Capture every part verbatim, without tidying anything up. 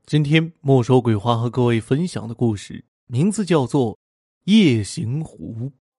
今天墨守鬼话和各位分享的故事名字叫做《夜行狐》。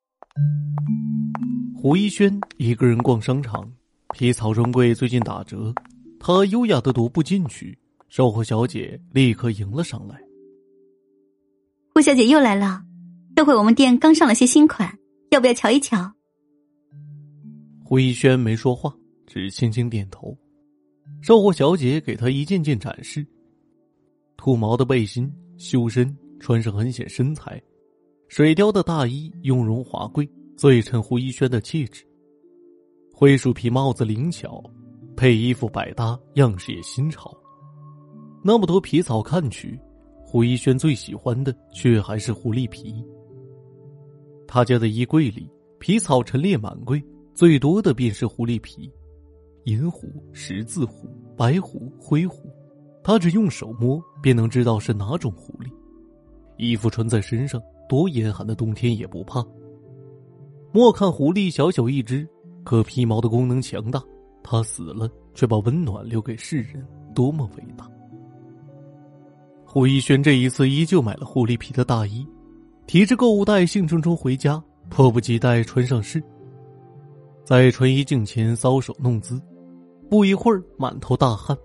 胡一轩一个人逛商场，皮草专柜最近打折，他优雅地踱步进去，售货小姐立刻迎了上来。 胡小姐又来了，这回我们店刚上了些新款，要不要瞧一瞧？ 胡一轩没说话，只轻轻点头。售货小姐给他一件件展示，兔毛的背心修身，穿上很显身材，水貂的大衣雍容华贵，最衬胡一轩的气质。灰鼠皮帽子灵巧，配衣服百搭，样式也新潮。那么多皮草看去，胡一轩最喜欢的却还是狐狸皮。他家的衣柜里皮草陈列满柜，最多的便是狐狸皮，银狐、十字狐、白狐、灰狐，他只用手摸便能知道是哪种狐狸。衣服穿在身上，多严寒的冬天也不怕。莫看狐狸小小一只，可皮毛的功能强大，它死了却把温暖留给世人，多么伟大。胡一轩这一次依旧买了狐狸皮的大衣，提着购物袋兴冲冲回家，迫不及待穿上市。在穿衣镜前搔首弄姿，不一会儿满头大汗。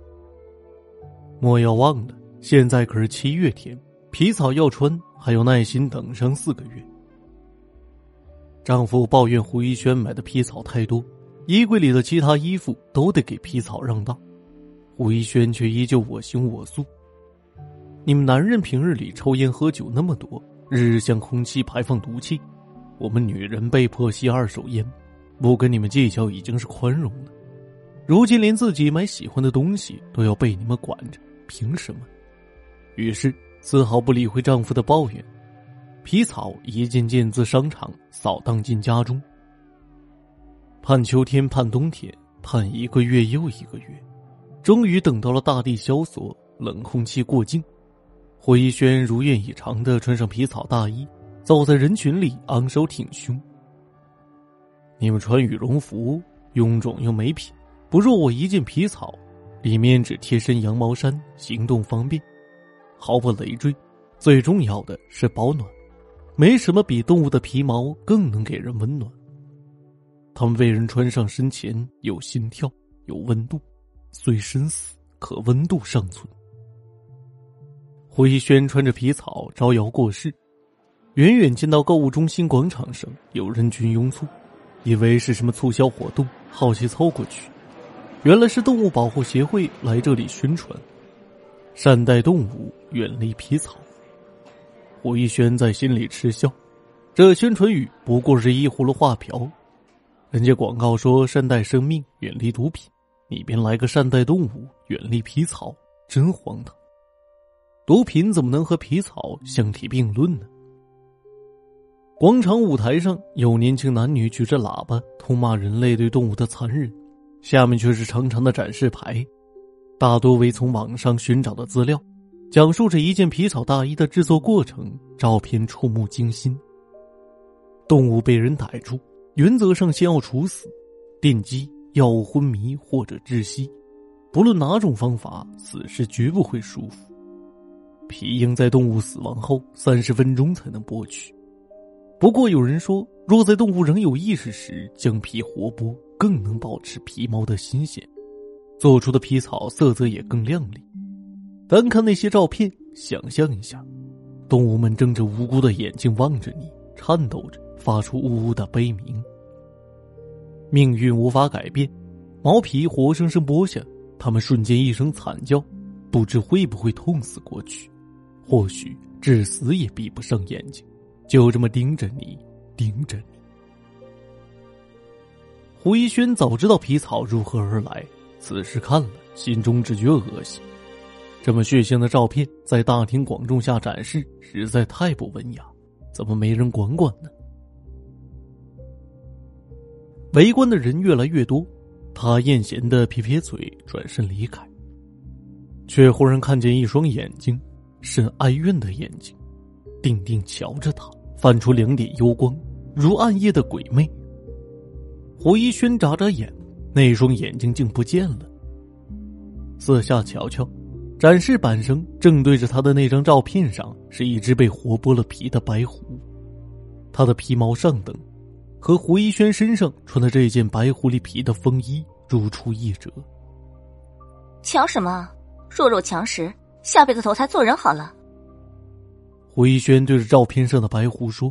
莫要忘了，现在可是七月天，皮草要穿还要耐心等上四个月。丈夫抱怨胡一轩买的皮草太多，衣柜里的其他衣服都得给皮草让道，胡一轩却依旧我行我素。你们男人平日里抽烟喝酒那么多，日日向空气排放毒气，我们女人被迫吸二手烟，不跟你们计较已经是宽容了。如今连自己买喜欢的东西都要被你们管着，凭什么？于是丝毫不理会丈夫的抱怨，皮草一件件自商场扫荡进家中。盼秋天，盼冬天，盼一个月又一个月，终于等到了大地萧索，冷空气过境。胡一轩如愿以偿地穿上皮草大衣，走在人群里昂首挺胸。你们穿羽绒服，臃肿又没品，不若我一件皮草，里面只贴身羊毛衫，行动方便，毫不累赘，最重要的是保暖。没什么比动物的皮毛更能给人温暖。它们被人穿上身前有心跳，有温度，虽身死，可温度尚存。胡一轩穿着皮草招摇过市，远远见到购物中心广场上有人群拥簇，以为是什么促销活动，好奇凑过去，原来是动物保护协会来这里宣传，善待动物，远离皮草。胡一轩在心里嗤笑，这宣传语不过是一葫芦画瓢，人家广告说善待生命，远离毒品，你便来个善待动物，远离皮草，真荒唐。毒品怎么能和皮草相提并论呢？广场舞台上有年轻男女举着喇叭痛骂人类对动物的残忍，下面却是长长的展示牌，大多为从网上寻找的资料，讲述着一件皮草大衣的制作过程，照片触目惊心。动物被人逮住，原则上先要处死，电击、药物昏迷或者窒息，不论哪种方法，死尸绝不会舒服。皮应在动物死亡后三十分钟才能剥去。不过有人说，若在动物仍有意识时将皮活剥，更能保持皮毛的新鲜，做出的皮草色泽也更亮丽。单看那些照片，想象一下，动物们睁着无辜的眼睛望着你，颤抖着发出呜呜的悲鸣。命运无法改变，毛皮活生生剥下，它们瞬间一声惨叫，不知会不会痛死过去，或许至死也闭不上眼睛，就这么盯着你，盯着你。胡一轩早知道皮草如何而来，此时看了，心中只觉恶心。这么血腥的照片在大庭广众下展示，实在太不文雅，怎么没人管管呢？围观的人越来越多，他厌嫌的撇撇嘴，转身离开，却忽然看见一双眼睛，是哀怨的眼睛，定定瞧着他，泛出两点幽光，如暗夜的鬼魅。胡一轩眨眨眼，那双眼睛竟不见了。四下瞧瞧， 展示板上正对着他的那张照片上是一只被活剥了皮的白狐，他的皮毛上等，和胡一轩身上穿的这件白狐狸皮的风衣如出一辙。 强什么？弱肉强食，下辈子投胎做人好了。 胡一轩对着照片上的白狐说。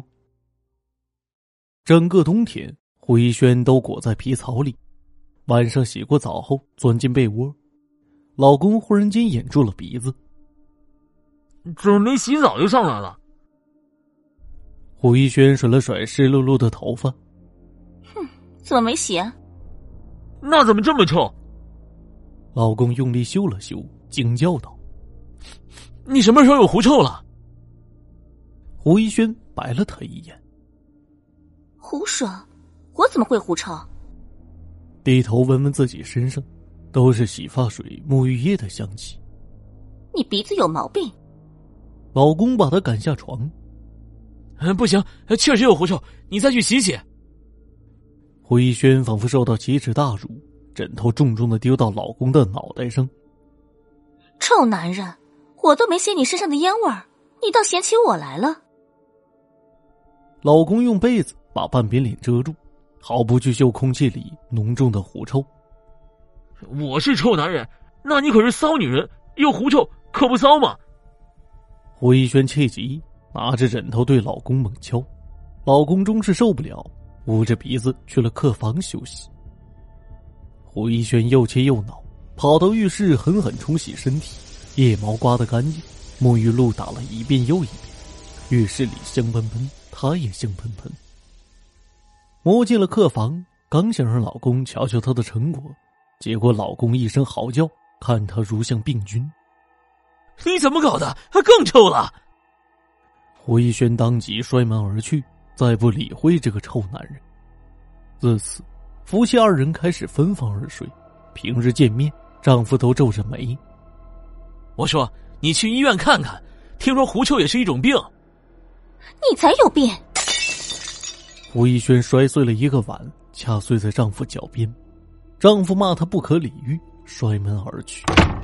整个冬天，胡一轩都裹在皮草里，晚上洗过澡后钻进被窝，老公忽然间掩住了鼻子。 怎么没洗澡就上来了？ 胡一轩甩了甩湿漉漉的头发。 哼，怎么没洗啊？ 那怎么这么臭？ 老公用力嗅了嗅，惊叫道： 你什么时候有狐臭了？ 胡一轩白了他一眼。 胡说，我怎么会狐臭？ 低头闻闻自己身上，都是洗发水、沐浴液的香气。 你鼻子有毛病。 老公把他赶下床。 不行，确实有狐臭，你再去洗洗。 胡一轩仿佛受到奇耻大辱，枕头重重的丢到老公的脑袋上。 臭男人，我都没嫌你身上的烟味儿，你倒嫌起我来了。 老公用被子把半边脸遮住，毫不去嗅空气里浓重的狐臭。 我是臭男人，那你可是骚女人，有狐臭可不骚吗？ 胡一轩气急，拿着枕头对老公猛敲。老公终是受不了，捂着鼻子去了客房休息。胡一轩又气又恼，跑到浴室狠狠冲洗身体，腋毛刮得干净，沐浴露打了一遍又一遍。浴室里香喷喷，他也香喷喷。摸进了客房，刚想让老公瞧瞧他的成果，结果老公一声嚎叫，看他如像病菌。 你怎么搞的？更臭了！ 胡一轩当即摔门而去，再不理会这个臭男人。自此，夫妻二人开始分房而睡，平日见面，丈夫都皱着眉。 我说，你去医院看看，听说狐臭也是一种病。 你才有病！ 胡一轩摔碎了一个碗，掐碎在丈夫脚边，丈夫骂她不可理喻，摔门而去。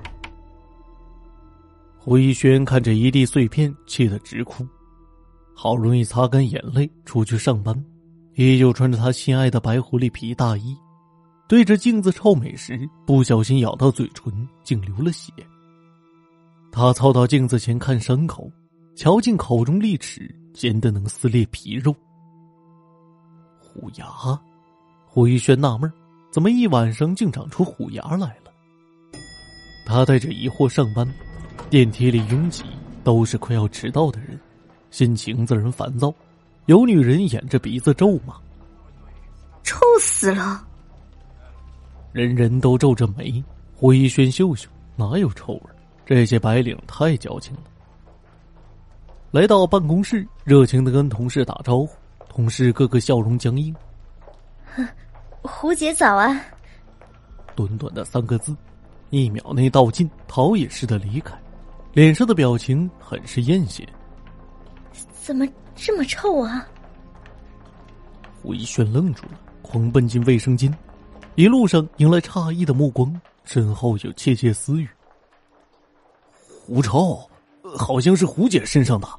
胡一轩看着一地碎片，气得直哭，好容易擦干眼泪出去上班，依旧穿着他心爱的白狐狸皮大衣，对着镜子臭美时不小心咬到嘴唇，竟流了血。他凑到镜子前看伤口，瞧见口中利齿尖得能撕裂皮肉。虎牙，胡一轩纳闷，怎么一晚上竟长出虎牙来了？他带着疑惑上班，电梯里拥挤，都是快要迟到的人，心情自然烦躁。有女人掩着鼻子咒骂： 臭死了！ 人人都皱着眉。胡一轩嗅嗅，哪有臭味？这些白领太矫情了。来到办公室，热情地跟同事打招呼，同事个个笑容僵硬。 胡姐早啊！ 短短的三个字，一秒内道尽，逃也似的离开，脸上的表情很是艳羡。 怎么这么臭啊？ 胡一轩愣住了，狂奔进卫生间，一路上迎来诧异的目光，身后有窃窃私语。狐臭，好像是胡姐身上的。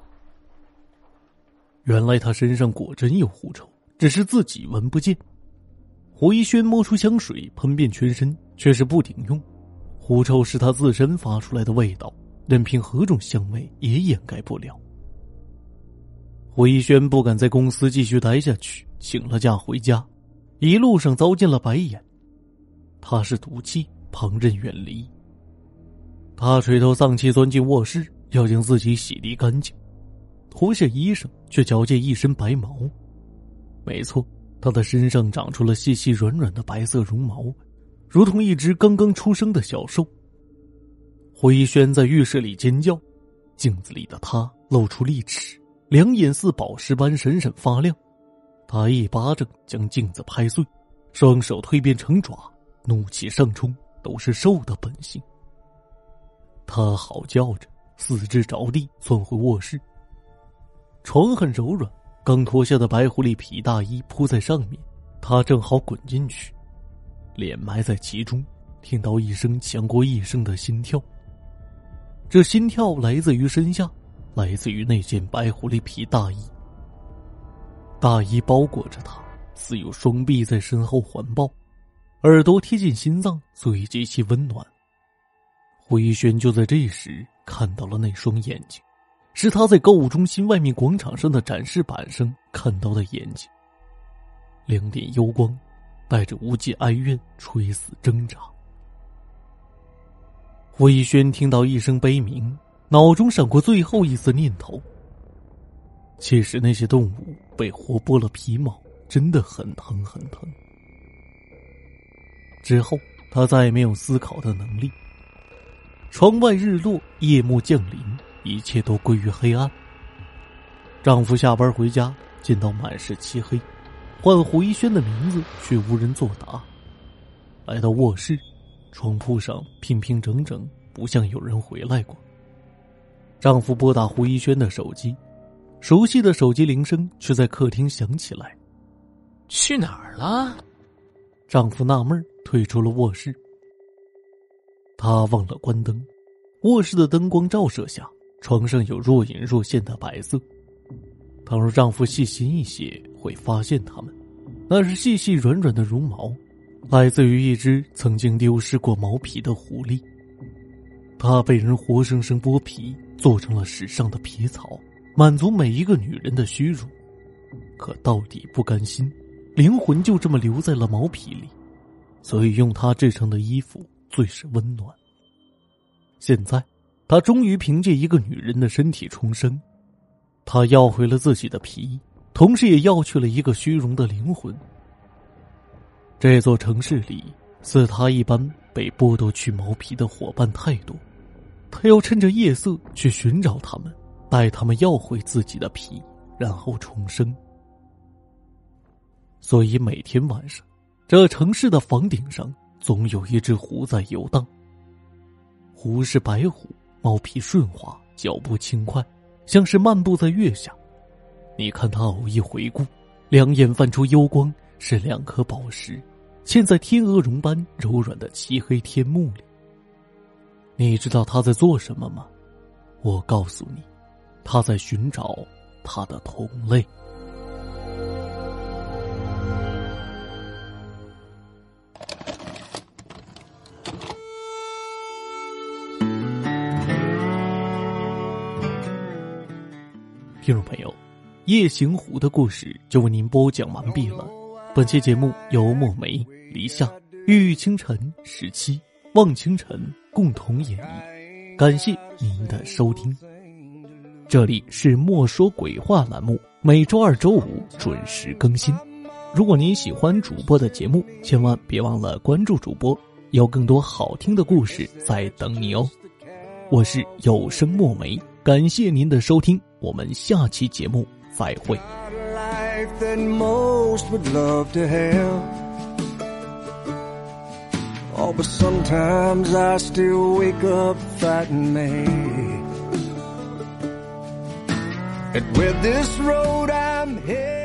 原来她身上果真有狐臭，只是自己闻不见。胡一轩摸出香水喷遍全身，却是不顶用。狐臭是他自身发出来的味道，任凭何种香味也掩盖不了。胡一轩不敢在公司继续待下去，请了假回家，一路上遭见了白眼。他是毒气，旁人远离。他垂头丧气钻进卧室，要将自己洗涤干净，脱下衣裳，却瞧见一身白毛。没错，他的身上长出了细细软软的白色绒毛，如同一只刚刚出生的小兽。胡一轩在浴室里尖叫，镜子里的他露出利齿，两眼似宝石般闪闪发亮。他一巴掌将镜子拍碎，双手蜕变成爪，怒气上冲，都是兽的本性。他嚎叫着，四肢着地窜回卧室。床很柔软，刚脱下的白狐狸皮大衣铺在上面，他正好滚进去，脸埋在其中，听到一声强过一声的心跳。 这心跳来自于身下，来自于那件白狐狸皮大衣。大衣包裹着他，似有双臂在身后环抱，耳朵贴近心脏，所以极其温暖。胡一轩就在这时看到了那双眼睛，是他在购物中心外面广场上的展示板上看到的眼睛，两点幽光，带着无尽哀怨垂死挣扎。胡一轩听到一声悲鸣，脑中闪过最后一丝念头，其实那些动物被活剥了皮毛，真的很疼很疼。之后他再也没有思考的能力。窗外日落，夜幕降临，一切都归于黑暗。丈夫下班回家，见到满是漆黑，唤胡一轩的名字却无人作答。来到卧室，床铺上平平整整，不像有人回来过。丈夫拨打胡一轩的手机，熟悉的手机铃声却在客厅响起来。 去哪儿了？ 丈夫纳闷，退出了卧室。他忘了关灯，卧室的灯光照射下，床上有若隐若现的白色。倘若丈夫细心一些，会发现它们，那是细细软软的绒毛，来自于一只曾经丢失过毛皮的狐狸。它被人活生生剥皮，做成了时尚的皮草，满足每一个女人的虚荣。可到底不甘心，灵魂就这么留在了毛皮里，所以用它制成的衣服最是温暖。现在他终于凭借一个女人的身体重生，他要回了自己的皮，同时也要去了一个虚荣的灵魂。这座城市里似他一般被剥夺去毛皮的伙伴太多，他要趁着夜色去寻找他们，带他们要回自己的皮，然后重生。所以每天晚上，这城市的房顶上总有一只狐在游荡。狐是白狐，毛皮顺滑，脚步轻快，像是漫步在月下。你看他偶一回顾，两眼泛出幽光，是两颗宝石，嵌在天鹅绒般柔软的漆黑天幕里。你知道他在做什么吗？我告诉你，他在寻找他的同类。听众朋友，夜行狐的故事就为您播讲完毕了。本期节目由墨梅、黎夏、郁郁清晨、十七、望清晨共同演绎，感谢您的收听。这里是莫说鬼话栏目，每周二、周五准时更新。如果您喜欢主播的节目，千万别忘了关注主播，有更多好听的故事在等你哦。我是有声墨梅，感谢您的收听，我们下期节目再会。 Oh, but sometimes I still wake up fighting mad. And with this road I'm headed